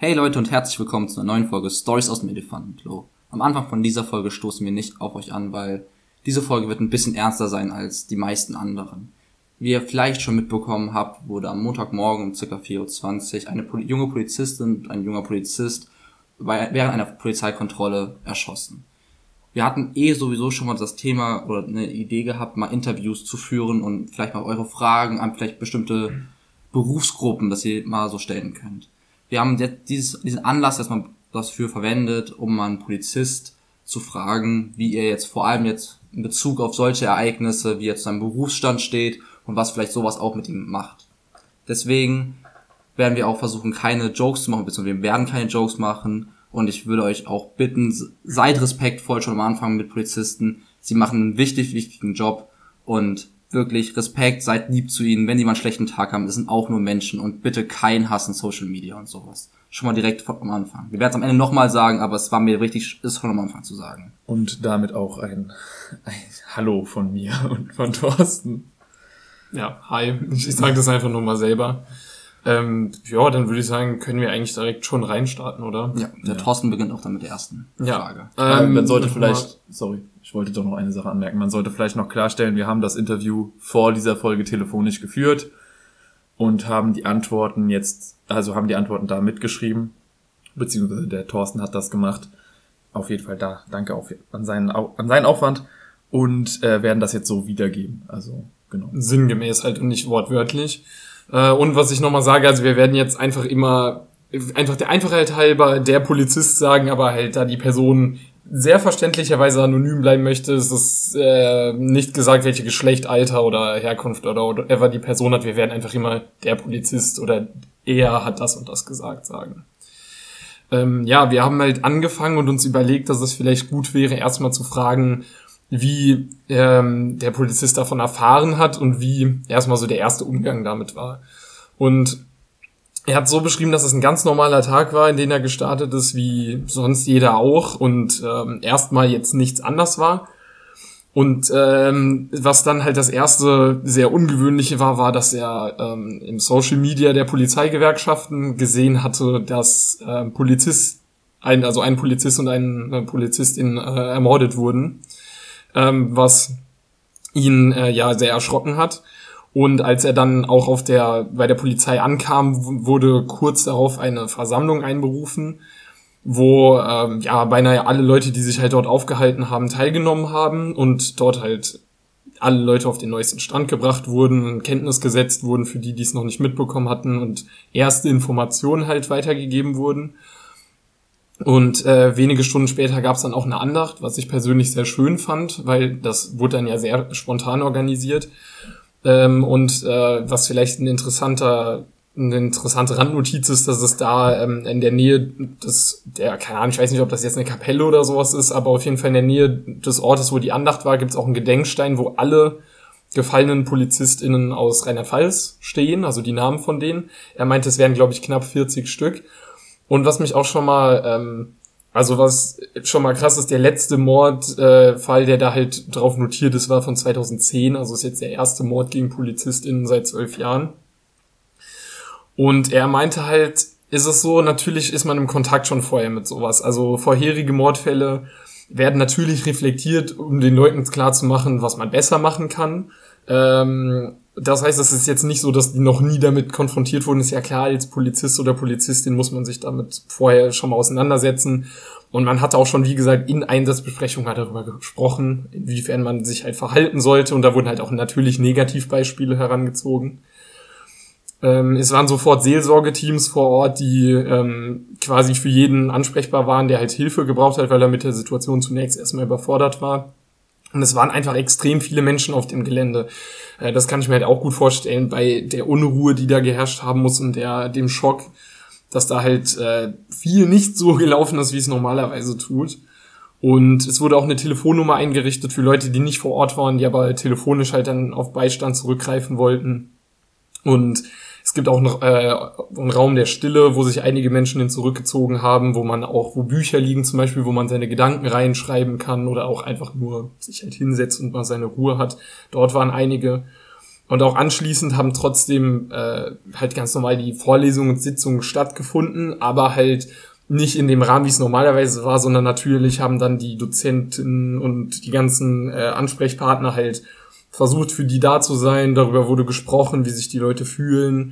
Hey Leute und herzlich willkommen zu einer neuen Folge Stories aus dem Elefantenklo. Am Anfang von dieser Folge stoßen wir nicht auf euch an, weil diese Folge wird ein bisschen ernster sein als die meisten anderen. Wie ihr vielleicht schon mitbekommen habt, wurde am Montagmorgen um ca. 4:20 Uhr eine junge Polizistin und ein junger Polizist während einer Polizeikontrolle erschossen. Wir hatten sowieso schon mal das Thema oder eine Idee gehabt, mal Interviews zu führen und vielleicht mal eure Fragen an vielleicht bestimmte Berufsgruppen, dass ihr mal so stellen könnt. Wir haben jetzt diesen Anlass erstmal dafür verwendet, um mal einen Polizist zu fragen, wie er jetzt vor allem jetzt in Bezug auf solche Ereignisse, wie er zu seinem Berufsstand steht und was vielleicht sowas auch mit ihm macht. Deswegen werden wir auch versuchen, keine Jokes zu machen, beziehungsweise wir werden keine Jokes machen und ich würde euch auch bitten, seid respektvoll schon am Anfang mit Polizisten. Sie machen einen wichtigen Job und wirklich Respekt, seid lieb zu ihnen, wenn die mal einen schlechten Tag haben, das sind auch nur Menschen und bitte kein Hass in Social Media und sowas. Schon mal direkt am Anfang. Wir werden es am Ende nochmal sagen, aber es war mir wichtig, es schon am Anfang zu sagen. Und damit auch ein Hallo von mir und von Thorsten. Ja, hi. Ich sage das einfach nur mal selber. Dann würde ich sagen, können wir eigentlich direkt schon reinstarten, oder? Ja, der Thorsten beginnt auch dann mit der ersten Frage. Man sollte vielleicht, ich wollte doch noch eine Sache anmerken, man sollte vielleicht noch klarstellen, wir haben das Interview vor dieser Folge telefonisch geführt und haben die Antworten da mitgeschrieben, beziehungsweise der Thorsten hat das gemacht. Auf jeden Fall danke auch an seinen Aufwand und werden das jetzt so wiedergeben, also genau. Sinngemäß halt und nicht wortwörtlich. Und was ich nochmal sage, also wir werden jetzt einfach der Einfachheit halber der Polizist sagen, aber halt da die Person sehr verständlicherweise anonym bleiben möchte, ist es nicht gesagt, welche Geschlecht, Alter oder Herkunft oder whatever die Person hat. Wir werden einfach immer der Polizist oder er hat das und das gesagt sagen. Wir haben halt angefangen und uns überlegt, dass es vielleicht gut wäre, erstmal zu fragen, wie der Polizist davon erfahren hat und wie erstmal so der erste Umgang damit war. Und er hat so beschrieben, dass es ein ganz normaler Tag war, in den er gestartet ist, wie sonst jeder auch und erstmal jetzt nichts anders war. Und was dann halt das erste sehr Ungewöhnliche war, dass er im Social Media der Polizeigewerkschaften gesehen hatte, dass ein Polizist und eine Polizistin ermordet wurden. Was ihn sehr erschrocken hat. Und als er dann auch bei der Polizei ankam, wurde kurz darauf eine Versammlung einberufen, wo beinahe alle Leute, die sich halt dort aufgehalten haben, teilgenommen haben und dort halt alle Leute auf den neuesten Stand gebracht wurden, in Kenntnis gesetzt wurden für die es noch nicht mitbekommen hatten und erste Informationen halt weitergegeben wurden. Und wenige Stunden später gab es dann auch eine Andacht, was ich persönlich sehr schön fand, weil das wurde dann ja sehr spontan organisiert. Was vielleicht eine interessante Randnotiz ist, dass es da in der Nähe keine Ahnung, ich weiß nicht, ob das jetzt eine Kapelle oder sowas ist, aber auf jeden Fall in der Nähe des Ortes, wo die Andacht war, gibt es auch einen Gedenkstein, wo alle gefallenen PolizistInnen aus Rheinland-Pfalz stehen, also die Namen von denen. Er meinte, es wären, glaube ich, knapp 40 Stück. Und was mich auch schon mal, was schon mal krass ist, der letzte Mordfall, der da halt drauf notiert ist, war von 2010, also ist jetzt der erste Mord gegen PolizistInnen seit 12 Jahren. Und er meinte halt, ist es so, natürlich ist man im Kontakt schon vorher mit sowas. Also vorherige Mordfälle werden natürlich reflektiert, um den Leuten klarzumachen, was man besser machen kann. Das heißt, es ist jetzt nicht so, dass die noch nie damit konfrontiert wurden. Ist ja klar, als Polizist oder Polizistin muss man sich damit vorher schon mal auseinandersetzen. Und man hatte auch schon, wie gesagt, in Einsatzbesprechungen darüber gesprochen, inwiefern man sich halt verhalten sollte. Und da wurden halt auch natürlich Negativbeispiele herangezogen. Es waren sofort Seelsorgeteams vor Ort, die quasi für jeden ansprechbar waren, der halt Hilfe gebraucht hat, weil er mit der Situation zunächst erstmal überfordert war. Und es waren einfach extrem viele Menschen auf dem Gelände. Das kann ich mir halt auch gut vorstellen, bei der Unruhe, die da geherrscht haben muss und dem Schock, dass da halt viel nicht so gelaufen ist, wie es normalerweise tut. Und es wurde auch eine Telefonnummer eingerichtet für Leute, die nicht vor Ort waren, die aber telefonisch halt dann auf Beistand zurückgreifen wollten. Und es gibt auch noch einen Raum der Stille, wo sich einige Menschen hin zurückgezogen haben, wo Bücher liegen zum Beispiel, wo man seine Gedanken reinschreiben kann oder auch einfach nur sich halt hinsetzt und mal seine Ruhe hat. Dort waren einige. Und auch anschließend haben trotzdem halt ganz normal die Vorlesungen und Sitzungen stattgefunden, aber halt nicht in dem Rahmen, wie es normalerweise war, sondern natürlich haben dann die Dozenten und die ganzen Ansprechpartner halt versucht, für die da zu sein. Darüber wurde gesprochen, wie sich die Leute fühlen.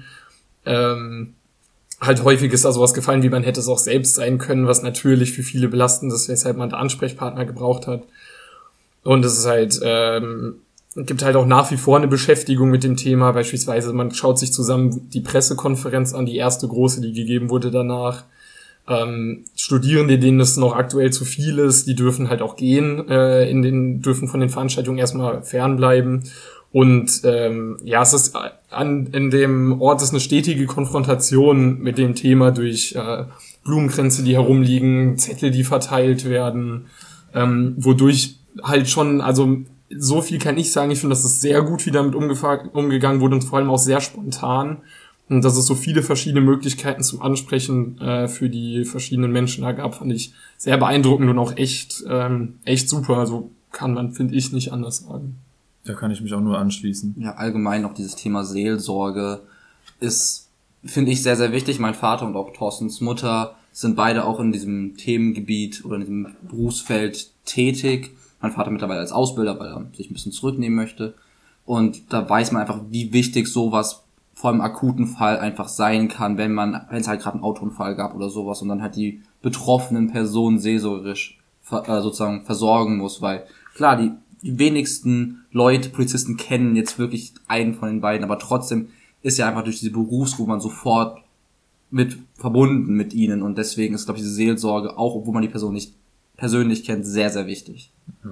Halt häufig ist da sowas gefallen, wie man hätte es auch selbst sein können, was natürlich für viele belastend ist, weshalb man da Ansprechpartner gebraucht hat. Und es ist halt, gibt halt auch nach wie vor eine Beschäftigung mit dem Thema. Beispielsweise, man schaut sich zusammen die Pressekonferenz an, die erste große, die gegeben wurde danach. Studierende, denen es noch aktuell zu viel ist, die dürfen halt auch gehen, dürfen von den Veranstaltungen erstmal fernbleiben. Und es ist in dem Ort ist eine stetige Konfrontation mit dem Thema durch Blumenkränze, die herumliegen, Zettel, die verteilt werden, wodurch halt schon, also so viel kann ich sagen, ich finde, dass es sehr gut wie damit umgegangen wurde und vor allem auch sehr spontan. Und dass es so viele verschiedene Möglichkeiten zum Ansprechen für die verschiedenen Menschen da gab, fand ich sehr beeindruckend und auch echt super. Also kann man, finde ich, nicht anders sagen. Da kann ich mich auch nur anschließen. Ja, allgemein auch dieses Thema Seelsorge ist, finde ich, sehr, sehr wichtig. Mein Vater und auch Thorstens Mutter sind beide auch in diesem Themengebiet oder in diesem Berufsfeld tätig. Mein Vater mittlerweile als Ausbilder, weil er sich ein bisschen zurücknehmen möchte. Und da weiß man einfach, wie wichtig sowas vor allem im akuten Fall einfach sein kann, wenn es halt gerade einen Autounfall gab oder sowas und dann halt die betroffenen Personen seelsorgerisch sozusagen versorgen muss, weil klar, die wenigsten Leute, Polizisten kennen jetzt wirklich einen von den beiden, aber trotzdem ist ja einfach durch diese Berufsgruppe man sofort mit verbunden mit ihnen und deswegen ist, glaube ich, diese Seelsorge, auch obwohl man die Person nicht persönlich kennt, sehr, sehr wichtig.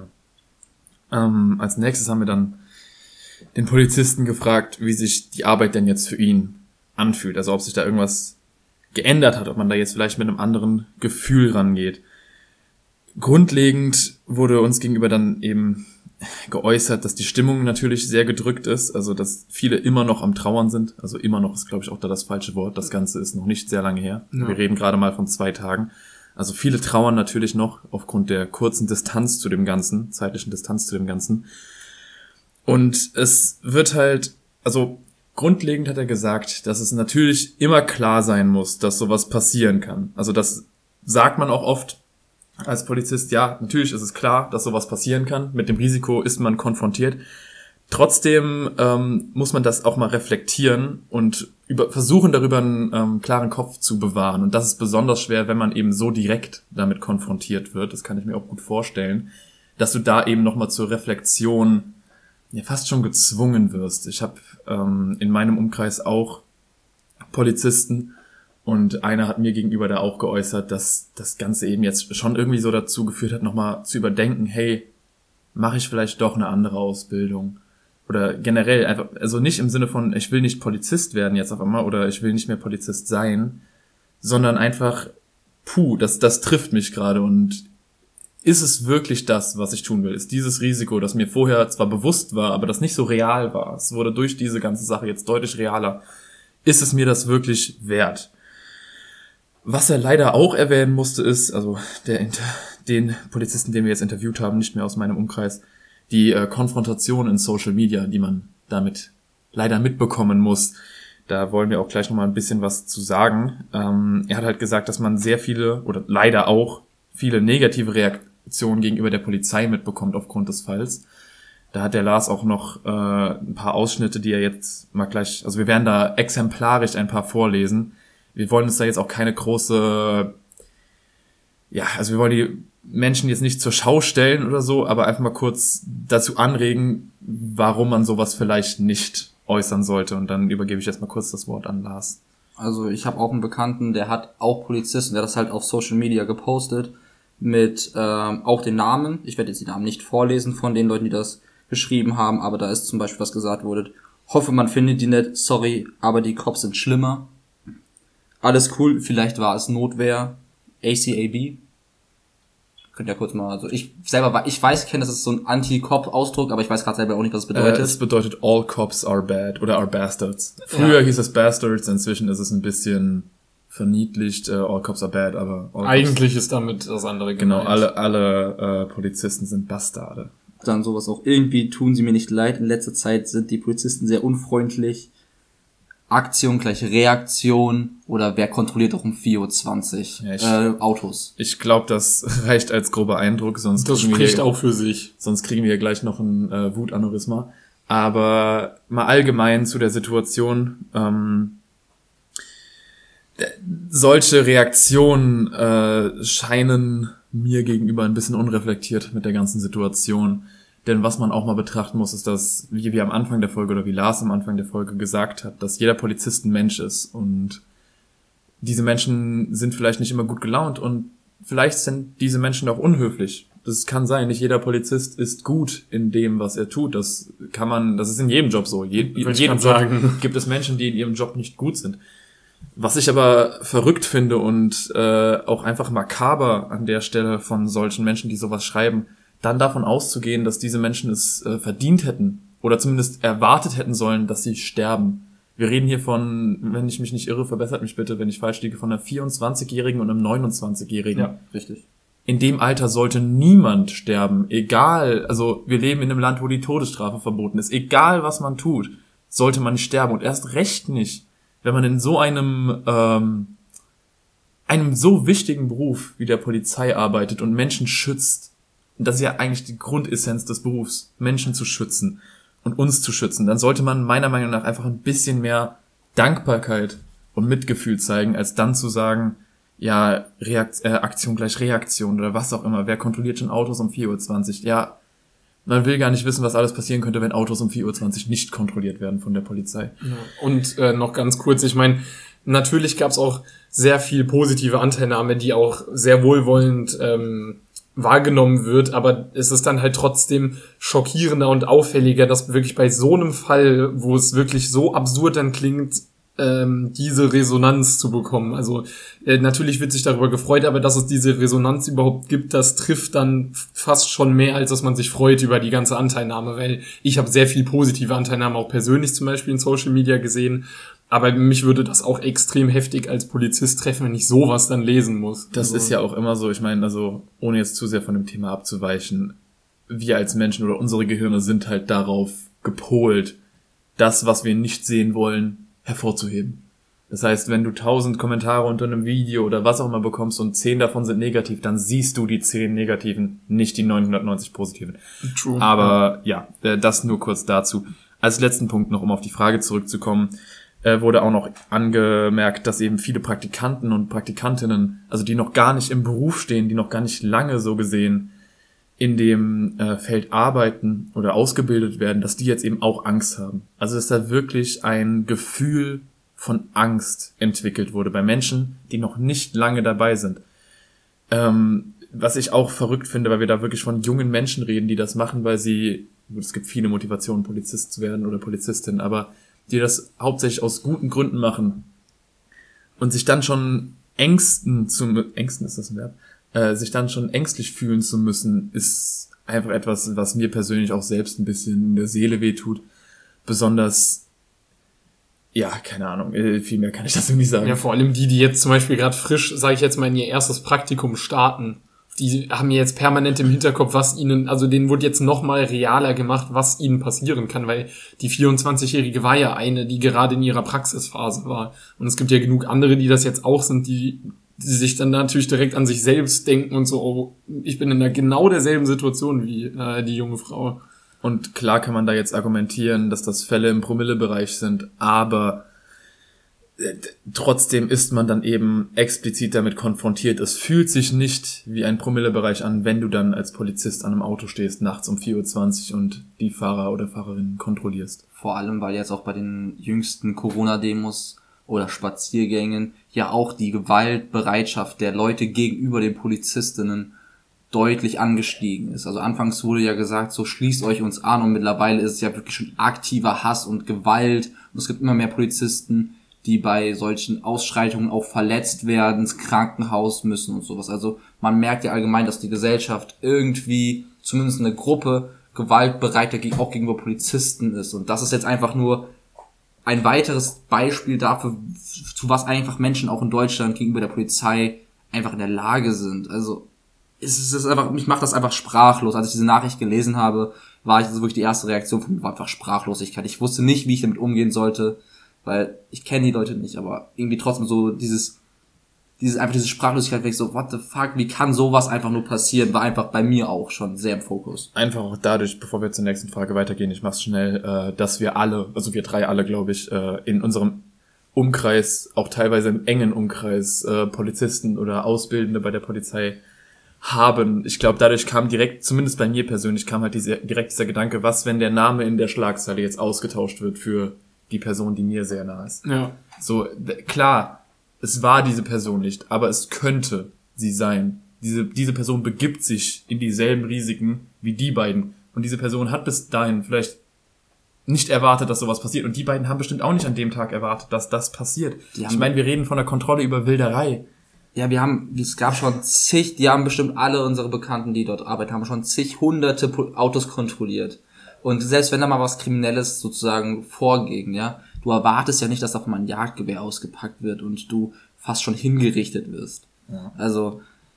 Ja. Als nächstes haben wir dann den Polizisten gefragt, wie sich die Arbeit denn jetzt für ihn anfühlt. Also ob sich da irgendwas geändert hat, ob man da jetzt vielleicht mit einem anderen Gefühl rangeht. Grundlegend wurde uns gegenüber dann eben geäußert, dass die Stimmung natürlich sehr gedrückt ist, also dass viele immer noch am Trauern sind. Also immer noch ist, glaube ich, auch da das falsche Wort. Das Ganze ist noch nicht sehr lange her. Ja. Wir reden gerade mal von 2 Tagen. Also viele trauern natürlich noch aufgrund der kurzen Distanz zu dem Ganzen, zeitlichen Distanz zu dem Ganzen. Und es wird halt, also grundlegend hat er gesagt, dass es natürlich immer klar sein muss, dass sowas passieren kann. Also das sagt man auch oft als Polizist, ja, natürlich ist es klar, dass sowas passieren kann. Mit dem Risiko ist man konfrontiert. Trotzdem muss man das auch mal reflektieren und versuchen, darüber einen klaren Kopf zu bewahren. Und das ist besonders schwer, wenn man eben so direkt damit konfrontiert wird. Das kann ich mir auch gut vorstellen, dass du da eben nochmal zur Reflexion fast schon gezwungen wirst. Ich habe in meinem Umkreis auch Polizisten und einer hat mir gegenüber da auch geäußert, dass das Ganze eben jetzt schon irgendwie so dazu geführt hat, nochmal zu überdenken, hey, mache ich vielleicht doch eine andere Ausbildung? Oder generell einfach, also nicht im Sinne von, ich will nicht Polizist werden jetzt auf einmal oder ich will nicht mehr Polizist sein, sondern einfach, das trifft mich gerade und ist es wirklich das, was ich tun will? Ist dieses Risiko, das mir vorher zwar bewusst war, aber das nicht so real war, es wurde durch diese ganze Sache jetzt deutlich realer, ist es mir das wirklich wert? Was er leider auch erwähnen musste ist, also den Polizisten, den wir jetzt interviewt haben, nicht mehr aus meinem Umkreis, die Konfrontation in Social Media, die man damit leider mitbekommen muss. Da wollen wir auch gleich nochmal ein bisschen was zu sagen. Er hat halt gesagt, dass man sehr viele oder leider auch viele negative Reaktionen gegenüber der Polizei mitbekommt aufgrund des Falls. Da hat der Lars auch noch ein paar Ausschnitte, die er jetzt mal gleich, also wir werden da exemplarisch ein paar vorlesen. Wir wollen uns da jetzt auch keine große, also wir wollen die Menschen jetzt nicht zur Schau stellen oder so, aber einfach mal kurz dazu anregen, warum man sowas vielleicht nicht äußern sollte. Und dann übergebe ich jetzt mal kurz das Wort an Lars. Also ich habe auch einen Bekannten, der hat auch Polizisten, der hat das halt auf Social Media gepostet mit auch den Namen. Ich werde jetzt die Namen nicht vorlesen von den Leuten, die das geschrieben haben, aber da ist zum Beispiel was gesagt wurde. Hoffe, man findet die nicht, sorry, aber die Cops sind schlimmer. Alles cool, vielleicht war es Notwehr, ACAB. Könnt ihr kurz mal, also ich kenne, das ist so ein Anti-Cop-Ausdruck, aber ich weiß gerade selber auch nicht, was es bedeutet. Es bedeutet all cops are bad oder are bastards. Früher hieß es bastards, inzwischen ist es ein bisschen verniedlicht, all cops are bad, aber eigentlich ist damit das andere gemeint. Genau, alle Polizisten sind Bastarde. dann sowas auch. Irgendwie tun sie mir nicht leid. In letzter Zeit sind die Polizisten sehr unfreundlich. Aktion gleich Reaktion oder wer kontrolliert auch um 4:20 Uhr Autos. Ich glaube, das reicht als grober Eindruck, sonst das spricht auch für sich. Sonst kriegen wir gleich noch ein Wutaneurysma. Aber mal allgemein zu der Situation. Solche Reaktionen scheinen mir gegenüber ein bisschen unreflektiert mit der ganzen Situation. Denn was man auch mal betrachten muss, ist, dass, wie wir am Anfang der Folge oder wie Lars am Anfang der Folge gesagt hat, dass jeder Polizist ein Mensch ist. Und diese Menschen sind vielleicht nicht immer gut gelaunt und vielleicht sind diese Menschen auch unhöflich. Das kann sein. Nicht jeder Polizist ist gut in dem, was er tut. Das ist in jedem Job so. In jedem Job gibt es Menschen, die in ihrem Job nicht gut sind. Was ich aber verrückt finde und auch einfach makaber an der Stelle von solchen Menschen, die sowas schreiben, dann davon auszugehen, dass diese Menschen es verdient hätten oder zumindest erwartet hätten sollen, dass sie sterben. Wir reden hier von, wenn ich mich nicht irre, verbessert mich bitte, wenn ich falsch liege, von einer 24-Jährigen und einem 29-Jährigen. Ja, richtig. In dem Alter sollte niemand sterben, egal, also wir leben in einem Land, wo die Todesstrafe verboten ist. Egal, was man tut, sollte man nicht sterben und erst recht nicht, wenn man in so einem so wichtigen Beruf wie der Polizei arbeitet und Menschen schützt. Und das ist ja eigentlich die Grundessenz des Berufs, Menschen zu schützen und uns zu schützen. Dann sollte man meiner Meinung nach einfach ein bisschen mehr Dankbarkeit und Mitgefühl zeigen, als dann zu sagen, ja, Aktion gleich Reaktion oder was auch immer. Wer kontrolliert schon Autos um 4:20 Uhr? Ja, man will gar nicht wissen, was alles passieren könnte, wenn Autos um 4:20 Uhr nicht kontrolliert werden von der Polizei. Ja. Und noch ganz kurz, ich meine, natürlich gab es auch sehr viel positive Anteilnahme, die auch sehr wohlwollend wahrgenommen wird, aber es ist dann halt trotzdem schockierender und auffälliger, dass wirklich bei so einem Fall, wo es wirklich so absurd dann klingt, diese Resonanz zu bekommen. Also natürlich wird sich darüber gefreut, aber dass es diese Resonanz überhaupt gibt, das trifft dann fast schon mehr, als dass man sich freut über die ganze Anteilnahme, weil ich habe sehr viel positive Anteilnahme auch persönlich zum Beispiel in Social Media gesehen, aber mich würde das auch extrem heftig als Polizist treffen, wenn ich sowas dann lesen muss. Das ist ja auch immer so, ich meine, also ohne jetzt zu sehr von dem Thema abzuweichen, wir als Menschen oder unsere Gehirne sind halt darauf gepolt, das, was wir nicht sehen wollen, hervorzuheben. Das heißt, wenn du 1000 Kommentare unter einem Video oder was auch immer bekommst und 10 davon sind negativ, dann siehst du die 10 negativen, nicht die 990 positiven. True. Aber ja, das nur kurz dazu. Als letzten Punkt noch, um auf die Frage zurückzukommen, wurde auch noch angemerkt, dass eben viele Praktikanten und Praktikantinnen, also die noch gar nicht im Beruf stehen, die noch gar nicht lange so gesehen in dem Feld arbeiten oder ausgebildet werden, dass die jetzt eben auch Angst haben. Also dass da wirklich ein Gefühl von Angst entwickelt wurde bei Menschen, die noch nicht lange dabei sind. Was ich auch verrückt finde, weil wir da wirklich von jungen Menschen reden, die das machen, weil sie, es gibt viele Motivationen, Polizist zu werden oder Polizistin, aber die das hauptsächlich aus guten Gründen machen und sich dann schon ängsten ist das ein Verb? Sich dann schon ängstlich fühlen zu müssen, ist einfach etwas, was mir persönlich auch selbst ein bisschen in der Seele wehtut. Besonders, ja, keine Ahnung, viel mehr kann ich dazu nicht sagen. Ja, vor allem die jetzt zum Beispiel gerade frisch, sage ich jetzt mal, in ihr erstes Praktikum starten. Die haben ja jetzt permanent im Hinterkopf, was ihnen, also denen wurde jetzt nochmal realer gemacht, was ihnen passieren kann, weil die 24-Jährige war ja eine, die gerade in ihrer Praxisphase war. Und es gibt ja genug andere, die das jetzt auch sind, die sich dann natürlich direkt an sich selbst denken und so, oh, ich bin in genau derselben Situation wie die junge Frau. Und klar kann man da jetzt argumentieren, dass das Fälle im Promillebereich sind, aber trotzdem ist man dann eben explizit damit konfrontiert. Es fühlt sich nicht wie ein Promillebereich an, wenn du dann als Polizist an einem Auto stehst, nachts um 4:20 Uhr und die Fahrer oder Fahrerinnen kontrollierst. Vor allem, weil jetzt auch bei den jüngsten Corona-Demos oder Spaziergängen ja auch die Gewaltbereitschaft der Leute gegenüber den Polizistinnen deutlich angestiegen ist. Also anfangs wurde ja gesagt, so schließt euch uns an, und mittlerweile ist es ja wirklich schon aktiver Hass und Gewalt und es gibt immer mehr Polizisten, die bei solchen Ausschreitungen auch verletzt werden, ins Krankenhaus müssen und sowas. Also man merkt ja allgemein, dass die Gesellschaft irgendwie, zumindest eine Gruppe, gewaltbereiter auch gegenüber Polizisten ist. Und das ist jetzt einfach nur ein weiteres Beispiel dafür, zu was einfach Menschen auch in Deutschland gegenüber der Polizei einfach in der Lage sind. Also es ist einfach, mich macht das einfach sprachlos. Als ich diese Nachricht gelesen habe, war ich, also wirklich die erste Reaktion von mir war einfach Sprachlosigkeit. Ich wusste nicht, wie ich damit umgehen sollte, weil ich kenne die Leute nicht, aber irgendwie trotzdem so diese Sprachlosigkeit, ich so, what the fuck, wie kann sowas einfach nur passieren, war einfach bei mir auch schon sehr im Fokus. Einfach auch dadurch, bevor wir zur nächsten Frage weitergehen, ich mach's schnell, dass wir alle, also wir drei alle, glaube ich, in unserem Umkreis, auch teilweise im engen Umkreis, Polizisten oder Ausbildende bei der Polizei haben. Ich glaube, dadurch kam direkt, zumindest bei mir persönlich, kam halt direkt dieser Gedanke, was, wenn der Name in der Schlagzeile jetzt ausgetauscht wird für die Person, die mir sehr nah ist. Ja. So, klar, es war diese Person nicht, aber es könnte sie sein. Diese Person begibt sich in dieselben Risiken wie die beiden. Und diese Person hat bis dahin vielleicht nicht erwartet, dass sowas passiert. Und die beiden haben bestimmt auch nicht an dem Tag erwartet, dass das passiert. Ich meine, wir reden von der Kontrolle über Wilderei. Ja, es gab schon die haben bestimmt alle unsere Bekannten, die dort arbeiten, haben schon hunderte Autos kontrolliert. Und selbst wenn da mal was Kriminelles sozusagen vorging, ja, du erwartest ja nicht, dass da mal ein Jagdgewehr ausgepackt wird und du fast schon hingerichtet wirst. Ja. Also,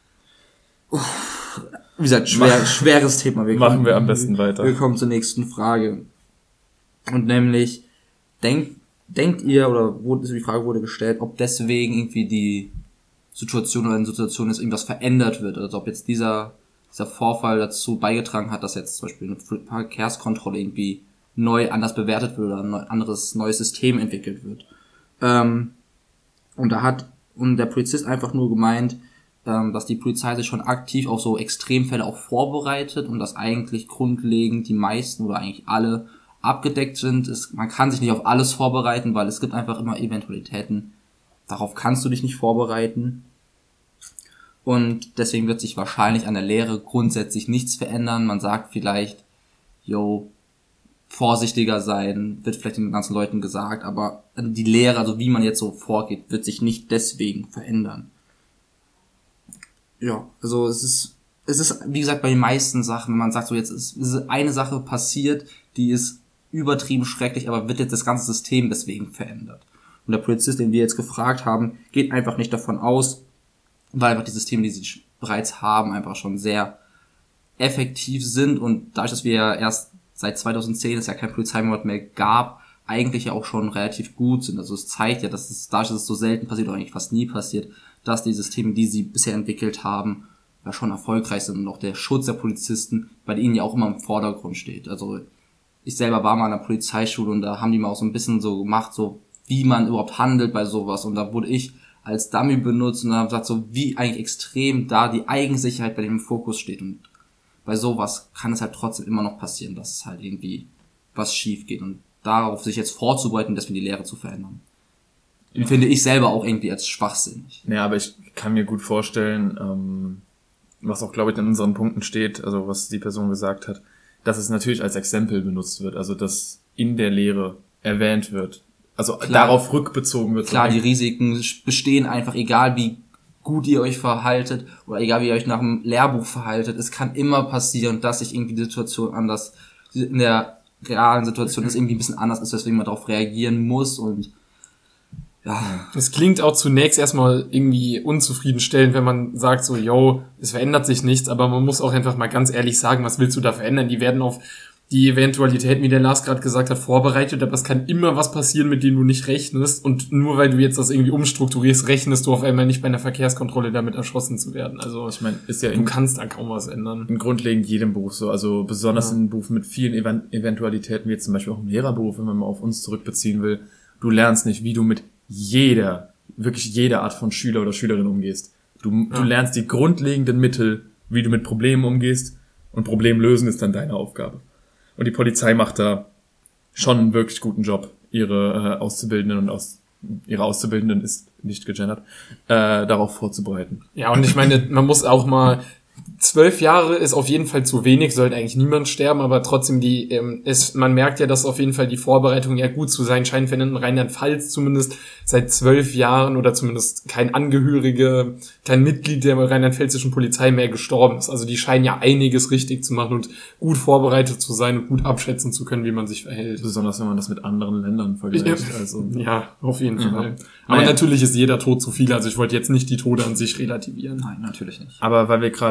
wie gesagt, schweres Thema. Machen wir am besten weiter. Wir kommen zur nächsten Frage. Und nämlich, denkt ihr, oder die Frage wurde gestellt, ob deswegen irgendwie die Situation oder in Situation ist, irgendwas verändert wird, also ob jetzt dieser Vorfall dazu beigetragen hat, dass jetzt zum Beispiel eine Verkehrskontrolle irgendwie anders bewertet wird oder ein neues System entwickelt wird. Und der Polizist einfach nur gemeint, dass die Polizei sich schon aktiv auf so Extremfälle auch vorbereitet und dass eigentlich grundlegend die meisten oder eigentlich alle abgedeckt sind. Man kann sich nicht auf alles vorbereiten, weil es gibt einfach immer Eventualitäten. Darauf kannst du dich nicht vorbereiten. Und deswegen wird sich wahrscheinlich an der Lehre grundsätzlich nichts verändern. Man sagt vielleicht, vorsichtiger sein, wird vielleicht den ganzen Leuten gesagt, aber die Lehre, also wie man jetzt so vorgeht, wird sich nicht deswegen verändern. Ja, also es ist, wie gesagt, bei den meisten Sachen, wenn man sagt, so jetzt ist eine Sache passiert, die ist übertrieben schrecklich, aber wird jetzt das ganze System deswegen verändert. Und der Polizist, den wir jetzt gefragt haben, geht einfach nicht davon aus, weil einfach die Systeme, die sie bereits haben, einfach schon sehr effektiv sind und dadurch, dass wir ja erst seit 2010 es ja kein Polizeimord mehr gab, eigentlich ja auch schon relativ gut sind. Also es zeigt ja, dass dadurch, dass es so selten passiert oder eigentlich fast nie passiert, dass die Systeme, die sie bisher entwickelt haben, ja schon erfolgreich sind und auch der Schutz der Polizisten bei ihnen ja auch immer im Vordergrund steht. Also ich selber war mal an der Polizeischule und da haben die mal auch so ein bisschen so gemacht, so wie man überhaupt handelt bei sowas. Und da wurde ich als Dummy benutzt und dann habe gesagt, so wie eigentlich extrem da die Eigensicherheit bei dem im Fokus steht. Und bei sowas kann es halt trotzdem immer noch passieren, dass es halt irgendwie was schief geht. Und darauf sich jetzt vorzubereiten, deswegen die Lehre zu verändern, finde ich selber auch irgendwie als schwachsinnig. Ja, aber ich kann mir gut vorstellen, was auch, glaube ich, in unseren Punkten steht, also was die Person gesagt hat, dass es natürlich als Exempel benutzt wird, also dass in der Lehre erwähnt wird, also klar, darauf rückbezogen wird. Klar, die Risiken bestehen einfach, egal wie gut ihr euch verhaltet oder egal wie ihr euch nach dem Lehrbuch verhaltet, es kann immer passieren, dass sich irgendwie die Situation anders, in der realen Situation ist irgendwie ein bisschen anders ist, weswegen man darauf reagieren muss und ja. Es klingt auch zunächst erstmal irgendwie unzufriedenstellend, wenn man sagt so, es verändert sich nichts, aber man muss auch einfach mal ganz ehrlich sagen, was willst du da verändern? Die werden auf die Eventualitäten, wie der Lars gerade gesagt hat, vorbereitet, aber es kann immer was passieren, mit dem du nicht rechnest und nur weil du jetzt das irgendwie umstrukturierst, rechnest du auf einmal nicht bei einer Verkehrskontrolle damit erschossen zu werden. Also ich meine, du kannst da kaum was ändern. In grundlegend jedem Beruf so, also besonders in einem Beruf mit vielen Eventualitäten, wie jetzt zum Beispiel auch im Lehrerberuf, wenn man mal auf uns zurückbeziehen will, du lernst nicht, wie du mit wirklich jeder Art von Schüler oder Schülerin umgehst. Du lernst die grundlegenden Mittel, wie du mit Problemen umgehst und Problemlösen ist dann deine Aufgabe. Und die Polizei macht da schon einen wirklich guten Job, ihre Auszubildenden ihre Auszubildenden ist nicht gegendert, darauf vorzubereiten. Ja, und ich meine, man muss auch mal 12 Jahre ist auf jeden Fall zu wenig, sollte eigentlich niemand sterben, aber trotzdem man merkt ja, dass auf jeden Fall die Vorbereitung ja gut zu sein scheint, wenn in Rheinland-Pfalz zumindest seit 12 Jahren oder zumindest kein Mitglied der rheinland-pfälzischen Polizei mehr gestorben ist. Also die scheinen ja einiges richtig zu machen und gut vorbereitet zu sein und gut abschätzen zu können, wie man sich verhält. Besonders wenn man das mit anderen Ländern vergleicht. Ja, auf jeden Fall. Aber natürlich ist jeder Tod zu viel, also ich wollte jetzt nicht die Tode an sich relativieren. Nein, natürlich nicht. Aber weil wir gerade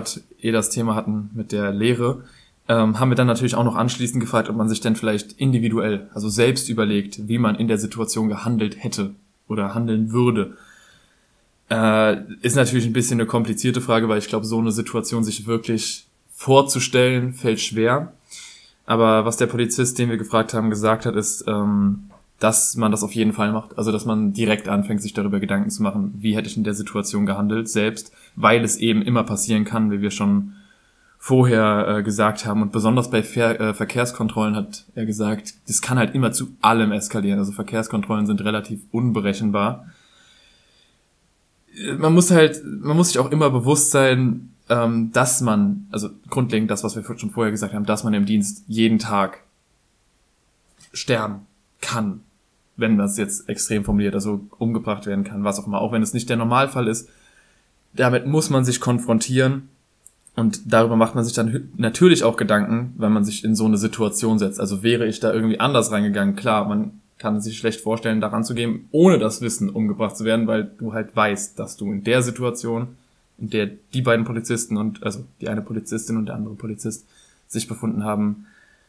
das Thema hatten mit der Lehre, haben wir dann natürlich auch noch anschließend gefragt, ob man sich denn vielleicht individuell, also selbst überlegt, wie man in der Situation gehandelt hätte oder handeln würde. Ist natürlich ein bisschen eine komplizierte Frage, weil ich glaube, so eine Situation sich wirklich vorzustellen, fällt schwer. Aber was der Polizist, den wir gefragt haben, gesagt hat, ist, dass man das auf jeden Fall macht. Also, dass man direkt anfängt, sich darüber Gedanken zu machen, wie hätte ich in der Situation gehandelt, selbst, weil es eben immer passieren kann, wie wir schon vorher gesagt haben. Und besonders bei Verkehrskontrollen hat er gesagt, das kann halt immer zu allem eskalieren. Also Verkehrskontrollen sind relativ unberechenbar. Man muss sich auch immer bewusst sein, dass man, also grundlegend das, was wir schon vorher gesagt haben, dass man im Dienst jeden Tag sterben kann, wenn das jetzt extrem formuliert, also umgebracht werden kann, was auch immer, auch wenn es nicht der Normalfall ist. Damit muss man sich konfrontieren und darüber macht man sich dann natürlich auch Gedanken, wenn man sich in so eine Situation setzt. Also wäre ich da irgendwie anders reingegangen, klar, man kann sich schlecht vorstellen, daran zu gehen, ohne das Wissen umgebracht zu werden, weil du halt weißt, dass du in der Situation, in der die beiden Polizisten und, also die eine Polizistin und der andere Polizist sich befunden haben,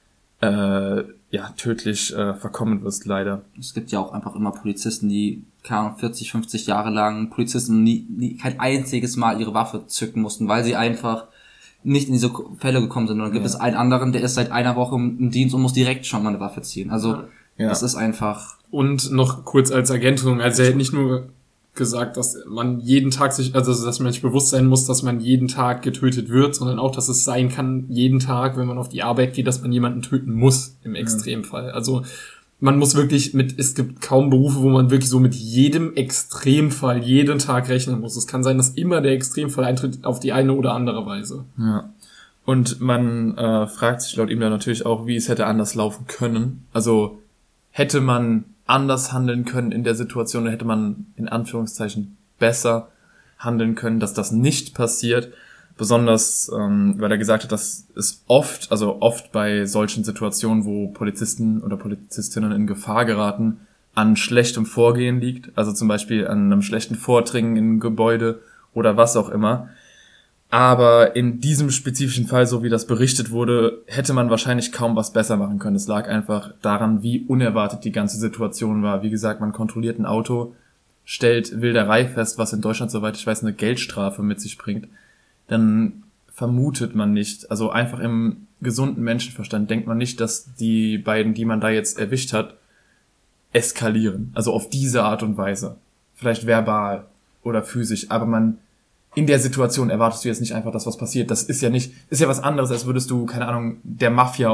tödlich verkommen wirst, leider. Es gibt ja auch einfach immer Polizisten, die, keine Ahnung, 40, 50 Jahre lang Polizisten nie kein einziges Mal ihre Waffe zücken mussten, weil sie einfach nicht in diese Fälle gekommen sind. Und dann gibt es einen anderen, der ist seit einer Woche im Dienst und muss direkt schon mal eine Waffe ziehen. Also, das ist einfach... Und noch kurz als Ergänzung, also er hat nicht nur gesagt, dass man jeden Tag dass man sich bewusst sein muss, dass man jeden Tag getötet wird, sondern auch, dass es sein kann, jeden Tag, wenn man auf die Arbeit geht, dass man jemanden töten muss, im Extremfall. Also, man muss wirklich es gibt kaum Berufe, wo man wirklich so mit jedem Extremfall jeden Tag rechnen muss. Es kann sein, dass immer der Extremfall eintritt auf die eine oder andere Weise. Ja. Und man fragt sich laut ihm dann natürlich auch, wie es hätte anders laufen können. Also, hätte man anders handeln können in der Situation, oder hätte man in Anführungszeichen besser handeln können, dass das nicht passiert. Besonders, weil er gesagt hat, dass es oft bei solchen Situationen, wo Polizisten oder Polizistinnen in Gefahr geraten, an schlechtem Vorgehen liegt. Also zum Beispiel an einem schlechten Vordringen in ein Gebäude oder was auch immer. Aber in diesem spezifischen Fall, so wie das berichtet wurde, hätte man wahrscheinlich kaum was besser machen können. Es lag einfach daran, wie unerwartet die ganze Situation war. Wie gesagt, man kontrolliert ein Auto, stellt Wilderei fest, was in Deutschland, soweit ich weiß, eine Geldstrafe mit sich bringt. Dann vermutet man nicht, also einfach im gesunden Menschenverstand denkt man nicht, dass die beiden, die man da jetzt erwischt hat, eskalieren. Also auf diese Art und Weise. Vielleicht verbal oder physisch, aber in der Situation erwartest du jetzt nicht einfach, dass was passiert. Das ist ja was anderes, als würdest du, keine Ahnung, der Mafia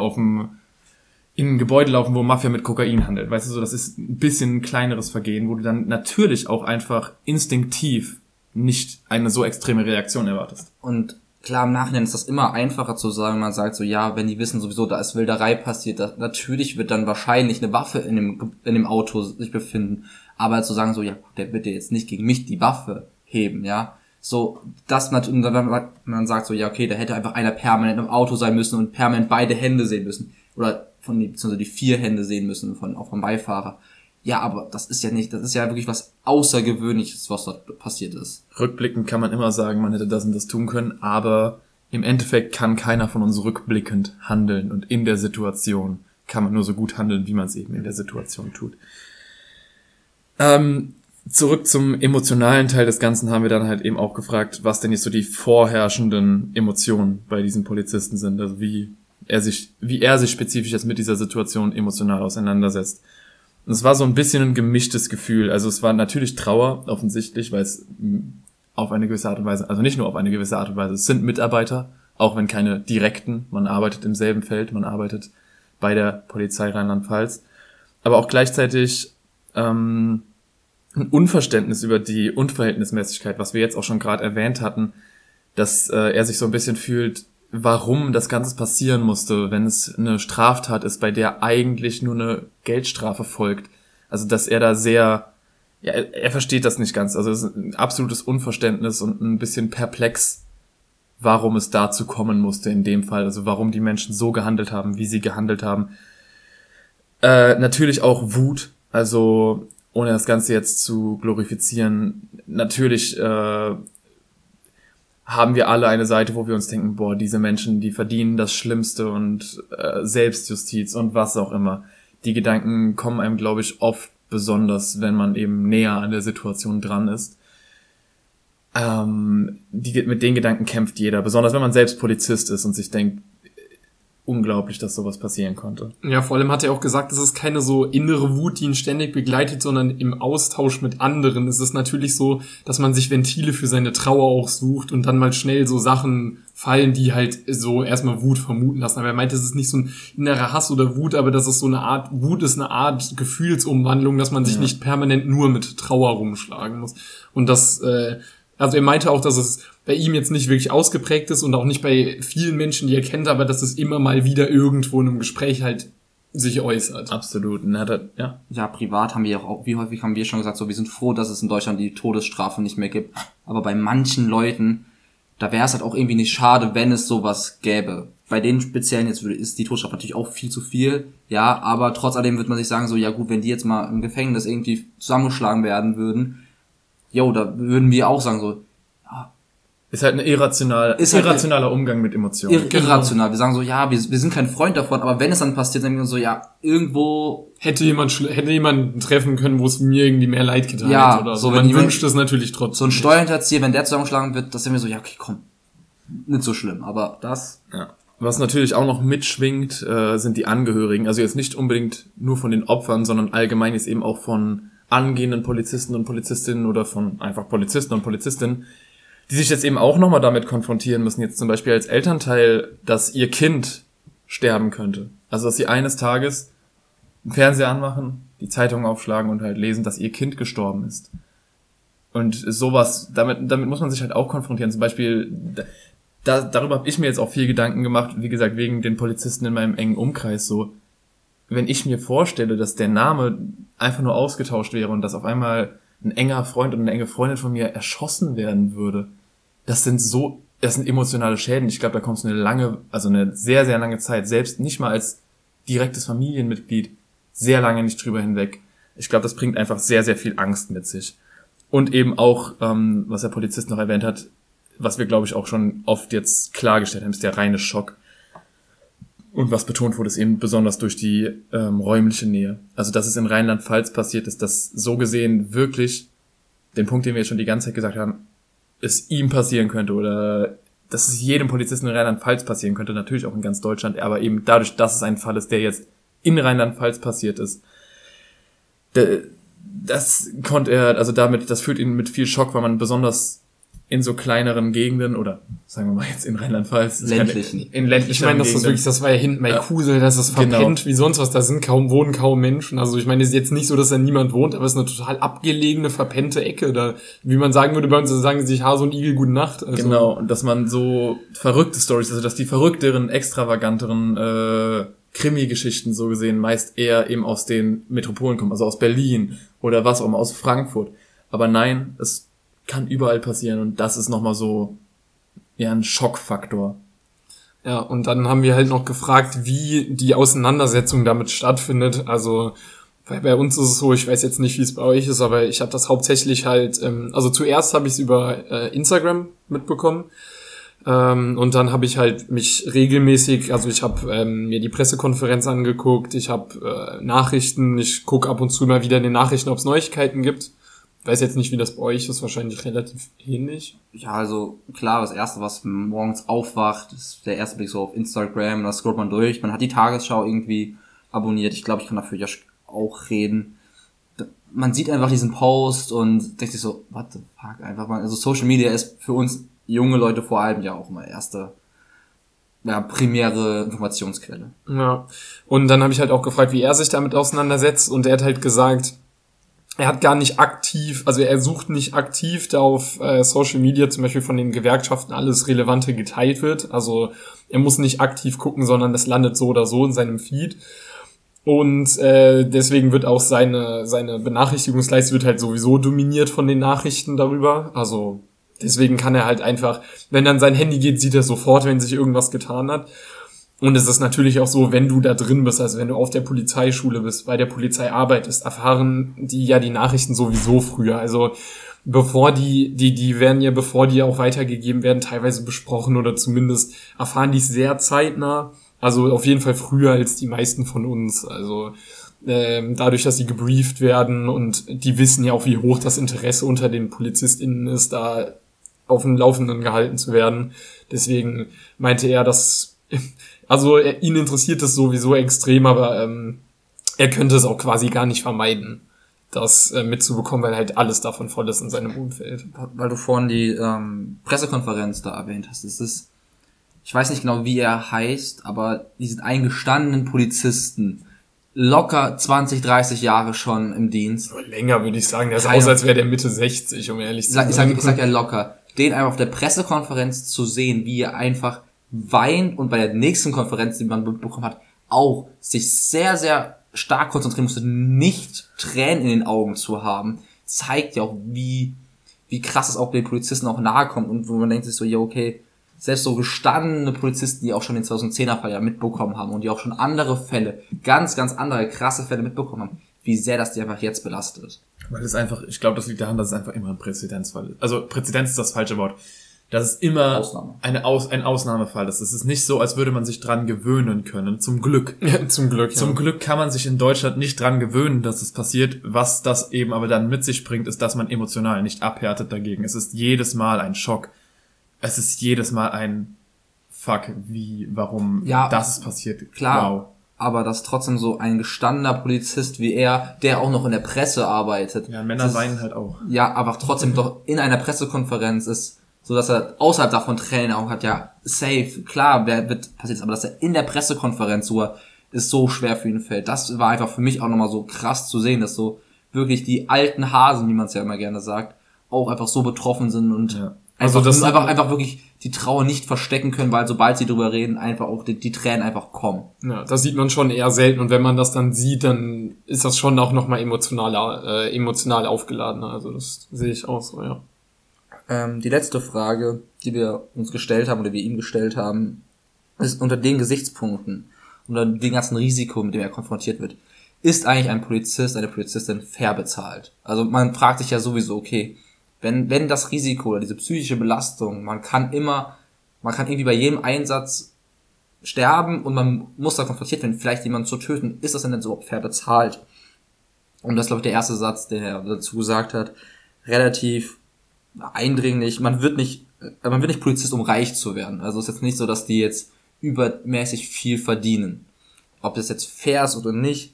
in ein Gebäude laufen, wo Mafia mit Kokain handelt. Weißt du, so, das ist ein bisschen ein kleineres Vergehen, wo du dann natürlich auch einfach instinktiv nicht eine so extreme Reaktion erwartest. Und klar, im Nachhinein ist das immer einfacher zu sagen, man sagt so, ja, wenn die wissen sowieso, da ist Wilderei passiert, natürlich wird dann wahrscheinlich eine Waffe in dem Auto sich befinden. Aber zu sagen so, ja, der wird ja jetzt nicht gegen mich die Waffe heben, ja. So, das natürlich, wenn man sagt so, ja, okay, da hätte einfach einer permanent im Auto sein müssen und permanent beide Hände sehen müssen. Oder beziehungsweise die 4 Hände sehen müssen auch vom Beifahrer. Ja, aber das ist ja wirklich was Außergewöhnliches, was dort passiert ist. Rückblickend kann man immer sagen, man hätte das und das tun können, aber im Endeffekt kann keiner von uns rückblickend handeln und in der Situation kann man nur so gut handeln, wie man es eben in der Situation tut. Zurück zum emotionalen Teil des Ganzen haben wir dann halt eben auch gefragt, was denn jetzt so die vorherrschenden Emotionen bei diesen Polizisten sind, also wie er sich spezifisch jetzt mit dieser Situation emotional auseinandersetzt. Und es war so ein bisschen ein gemischtes Gefühl, also es war natürlich Trauer, offensichtlich, weil es auf eine gewisse Art und Weise, also nicht nur auf eine gewisse Art und Weise, es sind Mitarbeiter, auch wenn keine direkten, man arbeitet im selben Feld, man arbeitet bei der Polizei Rheinland-Pfalz, aber auch gleichzeitig ein Unverständnis über die Unverhältnismäßigkeit, was wir jetzt auch schon gerade erwähnt hatten, dass er sich so ein bisschen fühlt, warum das Ganze passieren musste, wenn es eine Straftat ist, bei der eigentlich nur eine Geldstrafe folgt. Also dass er da er versteht das nicht ganz. Also es ist ein absolutes Unverständnis und ein bisschen perplex, warum es dazu kommen musste in dem Fall. Also warum die Menschen so gehandelt haben, wie sie gehandelt haben. Natürlich auch Wut, also ohne das Ganze jetzt zu glorifizieren, natürlich hat haben wir alle eine Seite, wo wir uns denken, boah, diese Menschen, die verdienen das Schlimmste und Selbstjustiz und was auch immer. Die Gedanken kommen einem, glaube ich, oft besonders, wenn man eben näher an der Situation dran ist. Mit den Gedanken kämpft jeder, besonders wenn man selbst Polizist ist und sich denkt, unglaublich, dass sowas passieren konnte. Ja, vor allem hat er auch gesagt, es ist keine so innere Wut, die ihn ständig begleitet, sondern im Austausch mit anderen. Es ist natürlich so, dass man sich Ventile für seine Trauer auch sucht und dann mal schnell so Sachen fallen, die halt so erstmal Wut vermuten lassen. Aber er meinte, es ist nicht so ein innerer Hass oder Wut, aber das ist so eine Art, Wut ist eine Art Gefühlsumwandlung, dass man sich nicht permanent nur mit Trauer rumschlagen muss. Und das, also er meinte auch, dass es bei ihm jetzt nicht wirklich ausgeprägt ist und auch nicht bei vielen Menschen, die er kennt, aber dass es immer mal wieder irgendwo in einem Gespräch halt sich äußert. Absolut. Und Ja, privat haben wir auch, wie häufig haben wir schon gesagt, so, wir sind froh, dass es in Deutschland die Todesstrafe nicht mehr gibt. Aber bei manchen Leuten, da wäre es halt auch irgendwie nicht schade, wenn es sowas gäbe. Bei den Speziellen jetzt ist die Todesstrafe natürlich auch viel zu viel, ja, aber trotz alledem würde man sich sagen, so, ja gut, wenn die jetzt mal im Gefängnis irgendwie zusammengeschlagen werden würden, da würden wir auch sagen, so, ist halt ein irrationaler Umgang mit Emotionen. Irrational. Wir sagen so, ja, wir sind kein Freund davon, aber wenn es dann passiert, dann denken wir so, ja, irgendwo hätte jemand treffen können, wo es mir irgendwie mehr Leid getan hätte oder so. Man wünscht es natürlich trotzdem. So ein Steuerhinterzieher, wenn der zusammengeschlagen wird, das sind wir so, ja, okay, komm. Nicht so schlimm, aber das. Ja. Was natürlich auch noch mitschwingt, sind die Angehörigen. Also jetzt nicht unbedingt nur von den Opfern, sondern allgemein ist eben auch von angehenden Polizisten und Polizistinnen oder von einfach Polizisten und Polizistinnen, die sich jetzt eben auch nochmal damit konfrontieren müssen, jetzt zum Beispiel als Elternteil, dass ihr Kind sterben könnte. Also, dass sie eines Tages den Fernseher anmachen, die Zeitung aufschlagen und halt lesen, dass ihr Kind gestorben ist. Und sowas, damit muss man sich halt auch konfrontieren. Zum Beispiel, darüber habe ich mir jetzt auch viel Gedanken gemacht, wie gesagt, wegen den Polizisten in meinem engen Umkreis so. Wenn ich mir vorstelle, dass der Name einfach nur ausgetauscht wäre und dass auf einmal ein enger Freund oder eine enge Freundin von mir erschossen werden würde, das sind emotionale Schäden. Ich glaube, da kommst du eine sehr, sehr lange Zeit, selbst nicht mal als direktes Familienmitglied, sehr lange nicht drüber hinweg. Ich glaube, das bringt einfach sehr, sehr viel Angst mit sich. Und eben auch, was der Polizist noch erwähnt hat, was wir, glaube ich, auch schon oft jetzt klargestellt haben, ist der reine Schock. Und was betont wurde, ist eben besonders durch die räumliche Nähe. Also, dass es in Rheinland-Pfalz passiert ist, dass so gesehen wirklich den Punkt, den wir jetzt schon die ganze Zeit gesagt haben, es ihm passieren könnte oder dass es jedem Polizisten in Rheinland-Pfalz passieren könnte, natürlich auch in ganz Deutschland, aber eben dadurch, dass es ein Fall ist, der jetzt in Rheinland-Pfalz passiert ist, das führt ihn mit viel Schock, weil man besonders in so kleineren Gegenden oder sagen wir mal jetzt in Rheinland-Pfalz. In ländlichen Ich meine, das war ja hinten bei Kusel, das ist verpennt wie sonst was, da wohnen kaum Menschen. Also ich meine, es ist jetzt nicht so, dass da niemand wohnt, aber es ist eine total abgelegene, verpennte Ecke. Da, wie man sagen würde bei uns, sagen sie sich Hase und Igel, gute Nacht. Also. Genau, und dass man so verrückte Storys, also dass die verrückteren, extravaganteren Krimi-Geschichten so gesehen meist eher eben aus den Metropolen kommen, also aus Berlin oder was auch immer, aus Frankfurt. Aber nein, es kann überall passieren und das ist nochmal so ein Schockfaktor. Ja, und dann haben wir halt noch gefragt, wie die Auseinandersetzung damit stattfindet. Also bei uns ist es so, ich weiß jetzt nicht, wie es bei euch ist, aber ich habe das hauptsächlich halt, also zuerst habe ich es über Instagram mitbekommen und dann habe ich halt mich regelmäßig, also ich habe mir die Pressekonferenz angeguckt, ich habe Nachrichten, ich gucke ab und zu mal wieder in den Nachrichten, ob es Neuigkeiten gibt. Weiß jetzt nicht, wie das bei euch ist, wahrscheinlich relativ ähnlich. Ja, also klar, das Erste, was morgens aufwacht, ist der erste Blick so auf Instagram, da scrollt man durch, man hat die Tagesschau irgendwie abonniert, ich glaube, ich kann dafür ja auch reden. Man sieht einfach diesen Post und denkt sich so, what the fuck, einfach mal, also Social Media ist für uns junge Leute vor allem ja auch immer primäre Informationsquelle. Ja, und dann habe ich halt auch gefragt, wie er sich damit auseinandersetzt und er hat halt gesagt, er hat gar nicht aktiv, also er sucht nicht aktiv da auf Social Media zum Beispiel von den Gewerkschaften alles Relevante geteilt wird. Also er muss nicht aktiv gucken, sondern das landet so oder so in seinem Feed. Und deswegen wird auch seine Benachrichtigungsleiste wird halt sowieso dominiert von den Nachrichten darüber. Also deswegen kann er halt einfach, wenn dann sein Handy geht, sieht er sofort, wenn sich irgendwas getan hat. Und es ist natürlich auch so, wenn du da drin bist, also wenn du auf der Polizeischule bist, bei der Polizei arbeitest, erfahren die ja die Nachrichten sowieso früher. Also bevor die werden ja, bevor die auch weitergegeben werden, teilweise besprochen oder zumindest erfahren die es sehr zeitnah. Also auf jeden Fall früher als die meisten von uns. Also dadurch, dass sie gebrieft werden und die wissen ja auch, wie hoch das Interesse unter den PolizistInnen ist, da auf dem Laufenden gehalten zu werden. Deswegen meinte er, dass, also ihn interessiert es sowieso extrem, aber er könnte es auch quasi gar nicht vermeiden, das mitzubekommen, weil halt alles davon voll ist in seinem Umfeld. Weil du vorhin die Pressekonferenz da erwähnt hast, ich weiß nicht genau, wie er heißt, aber die sind eingestandenen Polizisten, locker 20, 30 Jahre schon im Dienst. Länger würde ich sagen, der sah aus, als wäre der Mitte 60, um ehrlich zu sein. Ich sag ja locker. Den einfach auf der Pressekonferenz zu sehen, wie er einfach weint und bei der nächsten Konferenz, die man bekommen hat, auch sich sehr, sehr stark konzentrieren musste, nicht Tränen in den Augen zu haben, zeigt ja auch, wie krass es auch den Polizisten auch nahe kommt und wo man denkt sich so, ja okay, selbst so gestandene Polizisten, die auch schon den 2010er-Fall ja mitbekommen haben und die auch schon andere Fälle, ganz, ganz andere krasse Fälle mitbekommen haben, wie sehr das die einfach jetzt belastet. Weil es einfach, ich glaube, das liegt daran, dass es einfach immer ein Präzedenzfall ist. Also Präzedenz ist das falsche Wort. Das ist immer ein Ausnahmefall ist. Es ist nicht so, als würde man sich dran gewöhnen können. Zum Glück. Ja, zum Glück, ja. Zum Glück kann man sich in Deutschland nicht dran gewöhnen, dass es passiert. Was das eben aber dann mit sich bringt, ist, dass man emotional nicht abhärtet dagegen. Es ist jedes Mal ein Schock. Es ist jedes Mal ein Fuck, warum das ist passiert. Klar, wow. Aber dass trotzdem so ein gestandener Polizist wie er, der auch noch in der Presse arbeitet. Ja, Männer weinen halt auch. Ja, aber trotzdem doch in einer Pressekonferenz ist, so dass er außerhalb davon Tränen auch hat, ja, safe, klar, wer wird passiert, aber dass er in der Pressekonferenz ist so schwer für ihn fällt. Das war einfach für mich auch nochmal so krass zu sehen, dass so wirklich die alten Hasen, wie man es ja immer gerne sagt, auch einfach so betroffen sind und einfach wirklich die Trauer nicht verstecken können, weil sobald sie drüber reden, einfach auch die Tränen einfach kommen. Ja, das sieht man schon eher selten und wenn man das dann sieht, dann ist das schon auch nochmal emotional aufgeladen. Also das sehe ich auch so, ja. Die letzte Frage, die wir uns gestellt haben oder wir ihm gestellt haben, ist unter den Gesichtspunkten, unter dem ganzen Risiko, mit dem er konfrontiert wird, ist eigentlich ein Polizist, eine Polizistin fair bezahlt? Also man fragt sich ja sowieso, okay, wenn das Risiko oder diese psychische Belastung, man kann irgendwie bei jedem Einsatz sterben und man muss da konfrontiert werden, vielleicht jemanden zu töten, ist das denn so fair bezahlt? Und das ist, glaube ich, der erste Satz, den er dazu gesagt hat, relativ eindringlich. Man wird nicht Polizist, um reich zu werden. Also es ist jetzt nicht so, dass die jetzt übermäßig viel verdienen. Ob das jetzt fair ist oder nicht,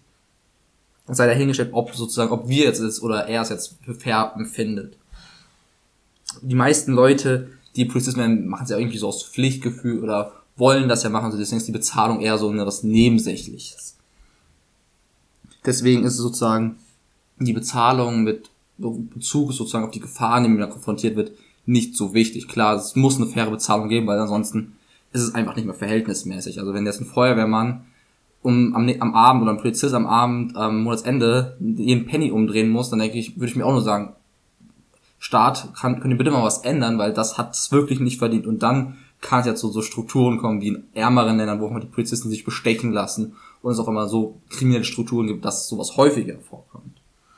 sei dahingestellt, ob wir jetzt ist oder er es jetzt für fair empfindet. Die meisten Leute, die Polizisten werden, machen es ja irgendwie so aus Pflichtgefühl oder wollen das ja machen, also deswegen ist die Bezahlung eher so etwas Nebensächliches. Deswegen ist es sozusagen die Bezahlung mit Bezug sozusagen auf die Gefahren, die man konfrontiert wird, nicht so wichtig. Klar, es muss eine faire Bezahlung geben, weil ansonsten ist es einfach nicht mehr verhältnismäßig. Also wenn jetzt ein Feuerwehrmann am Abend oder ein Polizist am Abend am Monatsende jeden Penny umdrehen muss, dann würde ich mir auch nur sagen, Staat, könnt ihr bitte mal was ändern, weil das hat es wirklich nicht verdient. Und dann kann es ja zu so Strukturen kommen wie in ärmeren Ländern, wo die Polizisten sich bestechen lassen und es auch immer so kriminelle Strukturen gibt, dass sowas häufiger vorkommt.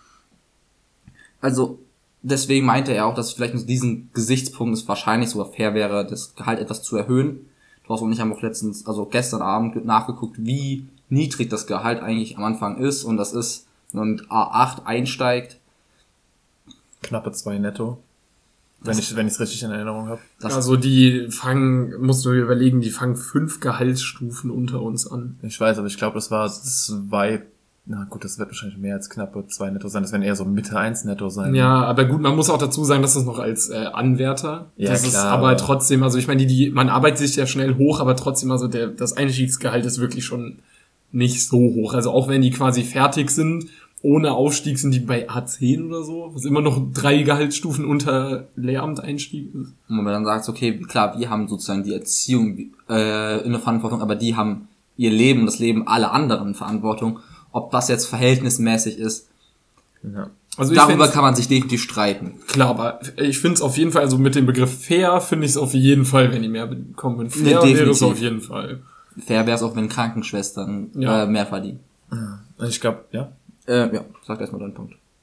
Also deswegen meinte er auch, dass vielleicht mit diesem Gesichtspunkt es wahrscheinlich sogar fair wäre, das Gehalt etwas zu erhöhen. Thorsten und ich haben auch gestern Abend nachgeguckt, wie niedrig das Gehalt eigentlich am Anfang ist. Und das ist, wenn man mit A8 einsteigt, knappe 2 netto. Wenn ich es richtig in Erinnerung habe. Also musst du überlegen, die fangen 5 Gehaltsstufen unter uns an. Ich weiß, aber ich glaube, das war 2, na gut, das wird wahrscheinlich mehr als knappe 2 netto sein. Das werden eher so Mitte 1 netto sein. Ja, aber gut, man muss auch dazu sagen, dass das noch als Anwärter. Ja, das klar, ist aber trotzdem, also ich meine, man arbeitet sich ja schnell hoch, aber trotzdem, also das Einstiegsgehalt ist wirklich schon nicht so hoch. Also auch wenn die quasi fertig sind, ohne Aufstieg sind die bei A10 oder so, was immer noch 3 Gehaltsstufen unter Lehramteinstieg ist. Und wenn man dann sagt, okay, klar, wir haben sozusagen die Erziehung in der Verantwortung, aber die haben ihr Leben, das Leben aller anderen in Verantwortung. Ob das jetzt verhältnismäßig ist, ja. Also darüber kann man sich definitiv streiten. Klar, aber ich finde es auf jeden Fall, also mit dem Begriff fair finde ich es auf jeden Fall, wenn die mehr bekommen. Fair wäre es auf jeden Fall. Fair wäre es auch, wenn Krankenschwestern mehr verdienen. Ich glaube, ja. Ja, sag erstmal deinen Punkt.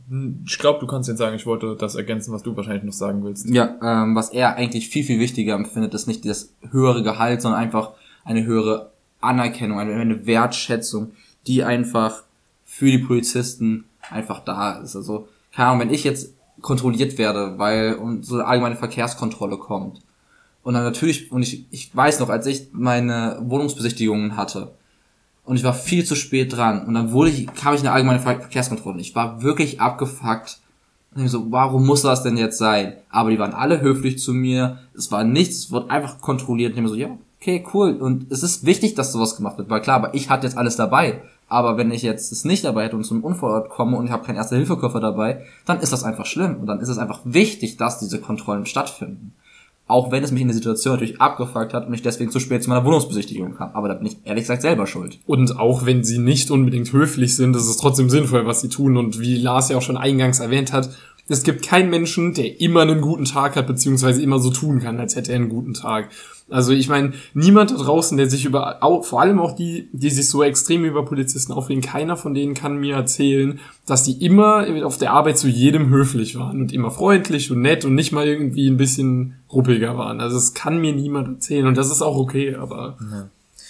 Ich glaube, du kannst jetzt sagen, ich wollte das ergänzen, was du wahrscheinlich noch sagen willst. Ja, was er eigentlich viel, viel wichtiger empfindet, ist nicht das höhere Gehalt, sondern einfach eine höhere Anerkennung, eine Wertschätzung, die einfach für die Polizisten einfach da ist. Also, keine Ahnung, wenn ich jetzt kontrolliert werde, weil so eine allgemeine Verkehrskontrolle kommt. Und dann natürlich, und ich weiß noch, als ich meine Wohnungsbesichtigungen hatte und ich war viel zu spät dran und dann kam ich in eine allgemeine Verkehrskontrolle. Ich war wirklich abgefuckt. Und ich so, warum muss das denn jetzt sein? Aber die waren alle höflich zu mir. Es war nichts, es wurde einfach kontrolliert. Und ich mir so, ja, okay, cool. Und es ist wichtig, dass sowas gemacht wird, weil klar, aber ich hatte jetzt alles dabei. Aber wenn ich jetzt es nicht dabei hätte und zum Unfallort komme und ich habe keinen Erste-Hilfe-Koffer dabei, dann ist das einfach schlimm. Und dann ist es einfach wichtig, dass diese Kontrollen stattfinden. Auch wenn es mich in der Situation natürlich abgefuckt hat und ich deswegen zu spät zu meiner Wohnungsbesichtigung kam. Aber da bin ich ehrlich gesagt selber schuld. Und auch wenn sie nicht unbedingt höflich sind, ist es trotzdem sinnvoll, was sie tun. Und wie Lars ja auch schon eingangs erwähnt hat, es gibt keinen Menschen, der immer einen guten Tag hat, beziehungsweise immer so tun kann, als hätte er einen guten Tag. Also ich meine, niemand da draußen, der sich vor allem auch die sich so extrem über Polizisten aufregen, keiner von denen kann mir erzählen, dass die immer auf der Arbeit zu jedem höflich waren und immer freundlich und nett und nicht mal irgendwie ein bisschen ruppiger waren. Also es kann mir niemand erzählen und das ist auch okay, aber... Ja.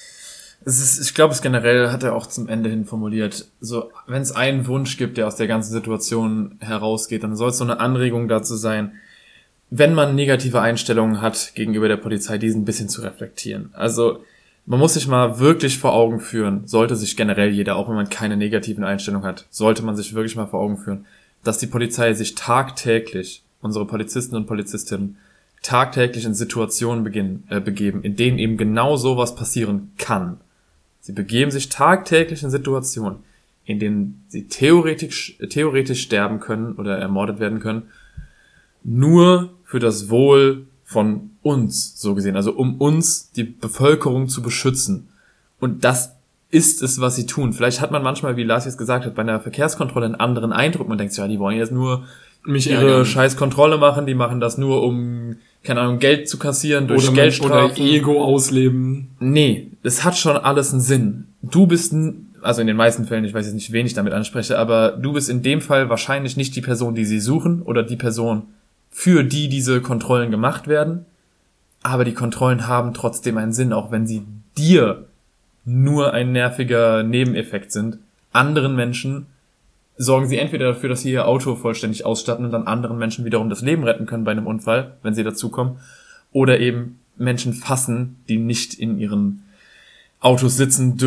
Ich glaube, es generell hat er auch zum Ende hin formuliert, so, wenn es einen Wunsch gibt, der aus der ganzen Situation herausgeht, dann soll es so eine Anregung dazu sein, wenn man negative Einstellungen hat gegenüber der Polizei, diesen ein bisschen zu reflektieren. Also, man muss sich mal wirklich vor Augen führen, sollte sich generell jeder, auch wenn man keine negativen Einstellungen hat, sollte man sich wirklich mal vor Augen führen, dass die Polizei sich tagtäglich, unsere Polizisten und Polizistinnen, tagtäglich in Situationen begeben, in denen eben genau sowas passieren kann. Sie begeben sich tagtäglich in Situationen, in denen sie theoretisch sterben können oder ermordet werden können, nur für das Wohl von uns, so gesehen, also um uns, die Bevölkerung, zu beschützen. Und das ist es, was sie tun. Vielleicht hat man manchmal, wie Lars jetzt gesagt hat, bei einer Verkehrskontrolle einen anderen Eindruck. Man denkt sich, ja, die wollen jetzt nur ihre scheiß Kontrolle machen, die machen das nur, um, keine Ahnung, Geld zu kassieren, durch Geldstrafen. Oder Ego ausleben. Nee, es hat schon alles einen Sinn. Du bist, also in den meisten Fällen, ich weiß jetzt nicht, wen ich damit anspreche, aber du bist in dem Fall wahrscheinlich nicht die Person, die sie suchen oder die Person, für die diese Kontrollen gemacht werden. Aber die Kontrollen haben trotzdem einen Sinn, auch wenn sie dir nur ein nerviger Nebeneffekt sind. Anderen Menschen sorgen sie entweder dafür, dass sie ihr Auto vollständig ausstatten und dann anderen Menschen wiederum das Leben retten können bei einem Unfall, wenn sie dazukommen, oder eben Menschen fassen, die nicht in ihren Autos sitzen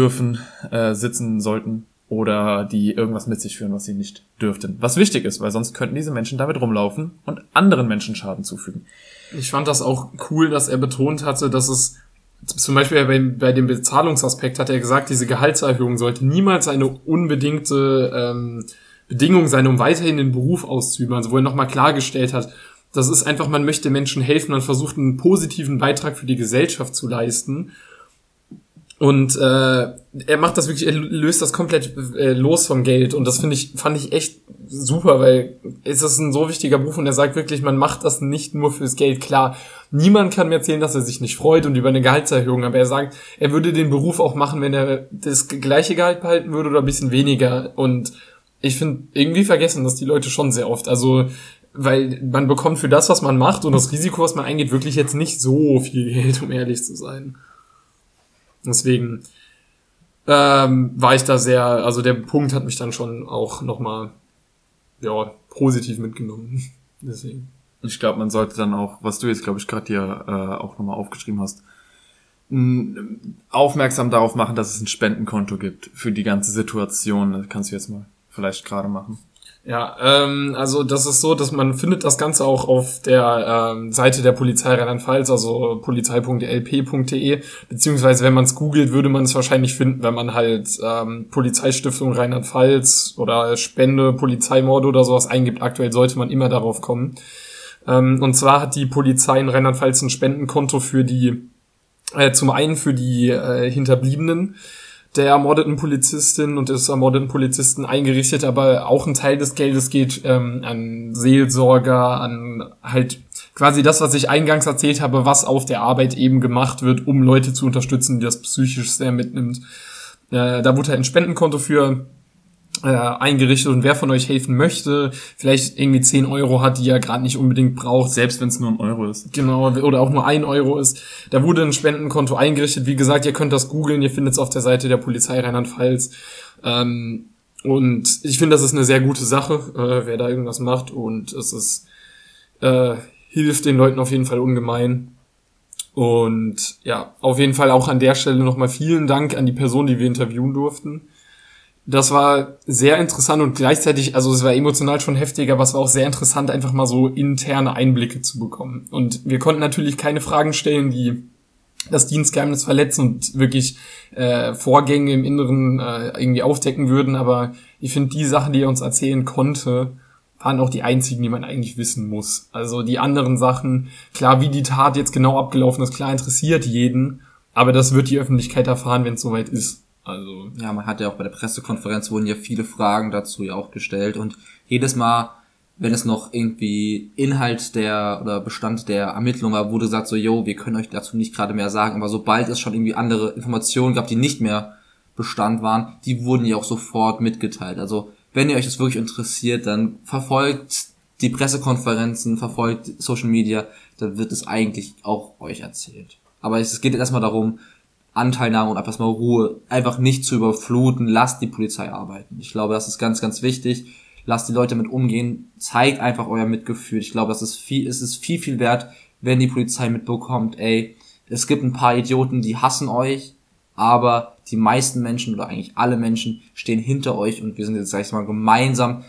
sollten oder die irgendwas mit sich führen, was sie nicht dürften. Was wichtig ist, weil sonst könnten diese Menschen damit rumlaufen und anderen Menschen Schaden zufügen. Ich fand das auch cool, dass er betont hatte, dass es zum Beispiel bei dem Bezahlungsaspekt hat er gesagt, diese Gehaltserhöhung sollte niemals eine unbedingte Bedingung sein, um weiterhin den Beruf auszuüben. Also wo er nochmal klargestellt hat, das ist einfach, man möchte Menschen helfen, man versucht einen positiven Beitrag für die Gesellschaft zu leisten. Und er macht das wirklich, er löst das komplett los vom Geld. Und das fand ich echt super, weil es ist ein so wichtiger Beruf und er sagt wirklich, man macht das nicht nur fürs Geld. Klar, niemand kann mir erzählen, dass er sich nicht freut und über eine Gehaltserhöhung, aber er sagt, er würde den Beruf auch machen, wenn er das gleiche Gehalt behalten würde oder ein bisschen weniger. Und ich finde, irgendwie vergessen das die Leute schon sehr oft. Also, weil man bekommt für das, was man macht und das Risiko, was man eingeht, wirklich jetzt nicht so viel Geld, um ehrlich zu sein. Deswegen war ich da sehr, also der Punkt hat mich dann schon auch nochmal, ja, positiv mitgenommen. Deswegen. Ich glaube, man sollte dann auch, was du jetzt, glaube ich, gerade hier auch nochmal aufgeschrieben hast, aufmerksam darauf machen, dass es ein Spendenkonto gibt für die ganze Situation. Das kannst du jetzt mal vielleicht gerade machen. Ja, also das ist so, dass man findet das Ganze auch auf der Seite der Polizei Rheinland-Pfalz, also polizei.lp.de, beziehungsweise wenn man es googelt, würde man es wahrscheinlich finden, wenn man halt Polizeistiftung Rheinland-Pfalz oder Spende, Polizeimorde oder sowas eingibt. Aktuell sollte man immer darauf kommen. Und zwar hat die Polizei in Rheinland-Pfalz ein Spendenkonto für die, zum einen für die Hinterbliebenen der ermordeten Polizistin und des ermordeten Polizisten eingerichtet, aber auch ein Teil des Geldes geht an Seelsorger, an halt quasi das, was ich eingangs erzählt habe, was auf der Arbeit eben gemacht wird, um Leute zu unterstützen, die das psychisch sehr mitnimmt. Da wurde halt ein Spendenkonto für eingerichtet und wer von euch helfen möchte, vielleicht irgendwie 10 Euro hat, die er gerade nicht unbedingt braucht. Selbst wenn es nur 1 Euro ist. Genau, oder auch nur 1 Euro ist. Da wurde ein Spendenkonto eingerichtet. Wie gesagt, ihr könnt das googeln, ihr findet es auf der Seite der Polizei Rheinland-Pfalz. Und ich finde, das ist eine sehr gute Sache, wer da irgendwas macht. Und es ist hilft den Leuten auf jeden Fall ungemein. Und ja, auf jeden Fall auch an der Stelle nochmal vielen Dank an die Person, die wir interviewen durften. Das war sehr interessant und gleichzeitig, also es war emotional schon heftig, aber es war auch sehr interessant, einfach mal so interne Einblicke zu bekommen. Und wir konnten natürlich keine Fragen stellen, die das Dienstgeheimnis verletzen und wirklich Vorgänge im Inneren irgendwie aufdecken würden, aber ich finde, die Sachen, die er uns erzählen konnte, waren auch die einzigen, die man eigentlich wissen muss. Also die anderen Sachen, klar, wie die Tat jetzt genau abgelaufen ist, klar interessiert jeden, aber das wird die Öffentlichkeit erfahren, wenn es soweit ist. Also ja, man hat ja auch bei der Pressekonferenz wurden ja viele Fragen dazu ja auch gestellt und jedes Mal, wenn es noch irgendwie Inhalt oder Bestand der Ermittlung war, wurde gesagt so, wir können euch dazu nicht gerade mehr sagen, aber sobald es schon irgendwie andere Informationen gab, die nicht mehr Bestand waren, die wurden ja auch sofort mitgeteilt. Also wenn ihr euch das wirklich interessiert, dann verfolgt die Pressekonferenzen, verfolgt Social Media, dann wird es eigentlich auch euch erzählt. Aber es geht jetzt erstmal darum, Anteilnahme und einfach mal Ruhe, einfach nicht zu überfluten, lasst die Polizei arbeiten. Ich glaube, das ist ganz, ganz wichtig. Lasst die Leute mit umgehen, zeigt einfach euer Mitgefühl. Ich glaube, es ist viel wert, wenn die Polizei mitbekommt, es gibt ein paar Idioten, die hassen euch, aber die meisten Menschen oder eigentlich alle Menschen stehen hinter euch und wir sind jetzt, sag ich mal, gemeinsam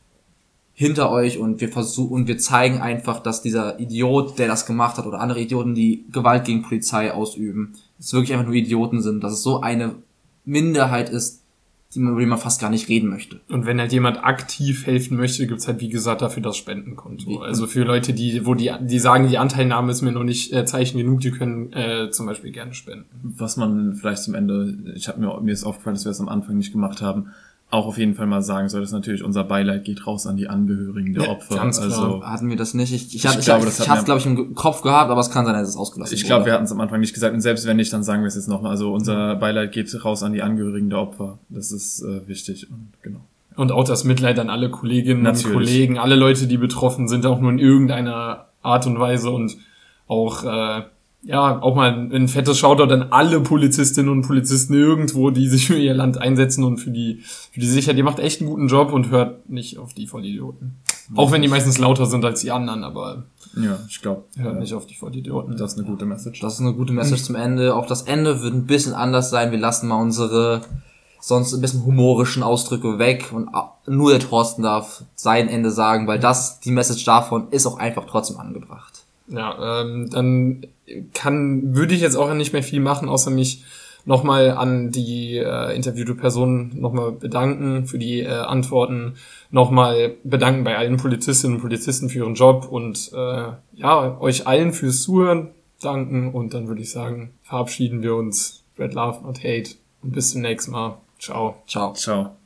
hinter euch und wir zeigen einfach, dass dieser Idiot, der das gemacht hat oder andere Idioten, die Gewalt gegen Polizei ausüben, dass es wirklich einfach nur Idioten sind, dass es so eine Minderheit ist, über die man fast gar nicht reden möchte. Und wenn halt jemand aktiv helfen möchte, gibt's halt, wie gesagt, dafür das Spendenkonto. Also für Leute, die sagen, die Anteilnahme ist mir noch nicht Zeichen genug, die können zum Beispiel gerne spenden. Was man vielleicht zum Ende, mir ist aufgefallen, dass wir es am Anfang nicht gemacht haben, auch auf jeden Fall mal sagen soll, dass natürlich unser Beileid geht raus an die Angehörigen der Opfer. Ganz klar. Also hatten wir das nicht? Ich hab's, glaube ich, im Kopf gehabt, aber es kann sein, dass es ausgelassen wurde. Ich glaube, wir hatten es am Anfang nicht gesagt und selbst wenn nicht, dann sagen wir es jetzt nochmal. Also unser Beileid geht raus an die Angehörigen der Opfer. Das ist wichtig und genau. Und auch das Mitleid an alle Kolleginnen und Kollegen, alle Leute, die betroffen sind, auch nur in irgendeiner Art und Weise und auch auch mal ein fettes Shoutout an alle Polizistinnen und Polizisten irgendwo, die sich für ihr Land einsetzen und für die Sicherheit. Ihr macht echt einen guten Job und hört nicht auf die Vollidioten. Auch wenn die meistens lauter sind als die anderen, aber ja, ich glaube, hört nicht auf die Vollidioten. Das ist eine gute Message. Das ist eine gute Message zum Ende. Auch das Ende wird ein bisschen anders sein. Wir lassen mal unsere sonst ein bisschen humorischen Ausdrücke weg und nur der Thorsten darf sein Ende sagen, weil die Message davon ist auch einfach trotzdem angebracht. Ja, dann würde ich jetzt auch nicht mehr viel machen, außer mich nochmal an die interviewte Person nochmal bedanken für die Antworten, nochmal bedanken bei allen Polizistinnen und Polizisten für ihren Job und euch allen fürs Zuhören danken und dann würde ich sagen, verabschieden wir uns. Spread Love, not Hate und bis zum nächsten Mal. Ciao. Ciao.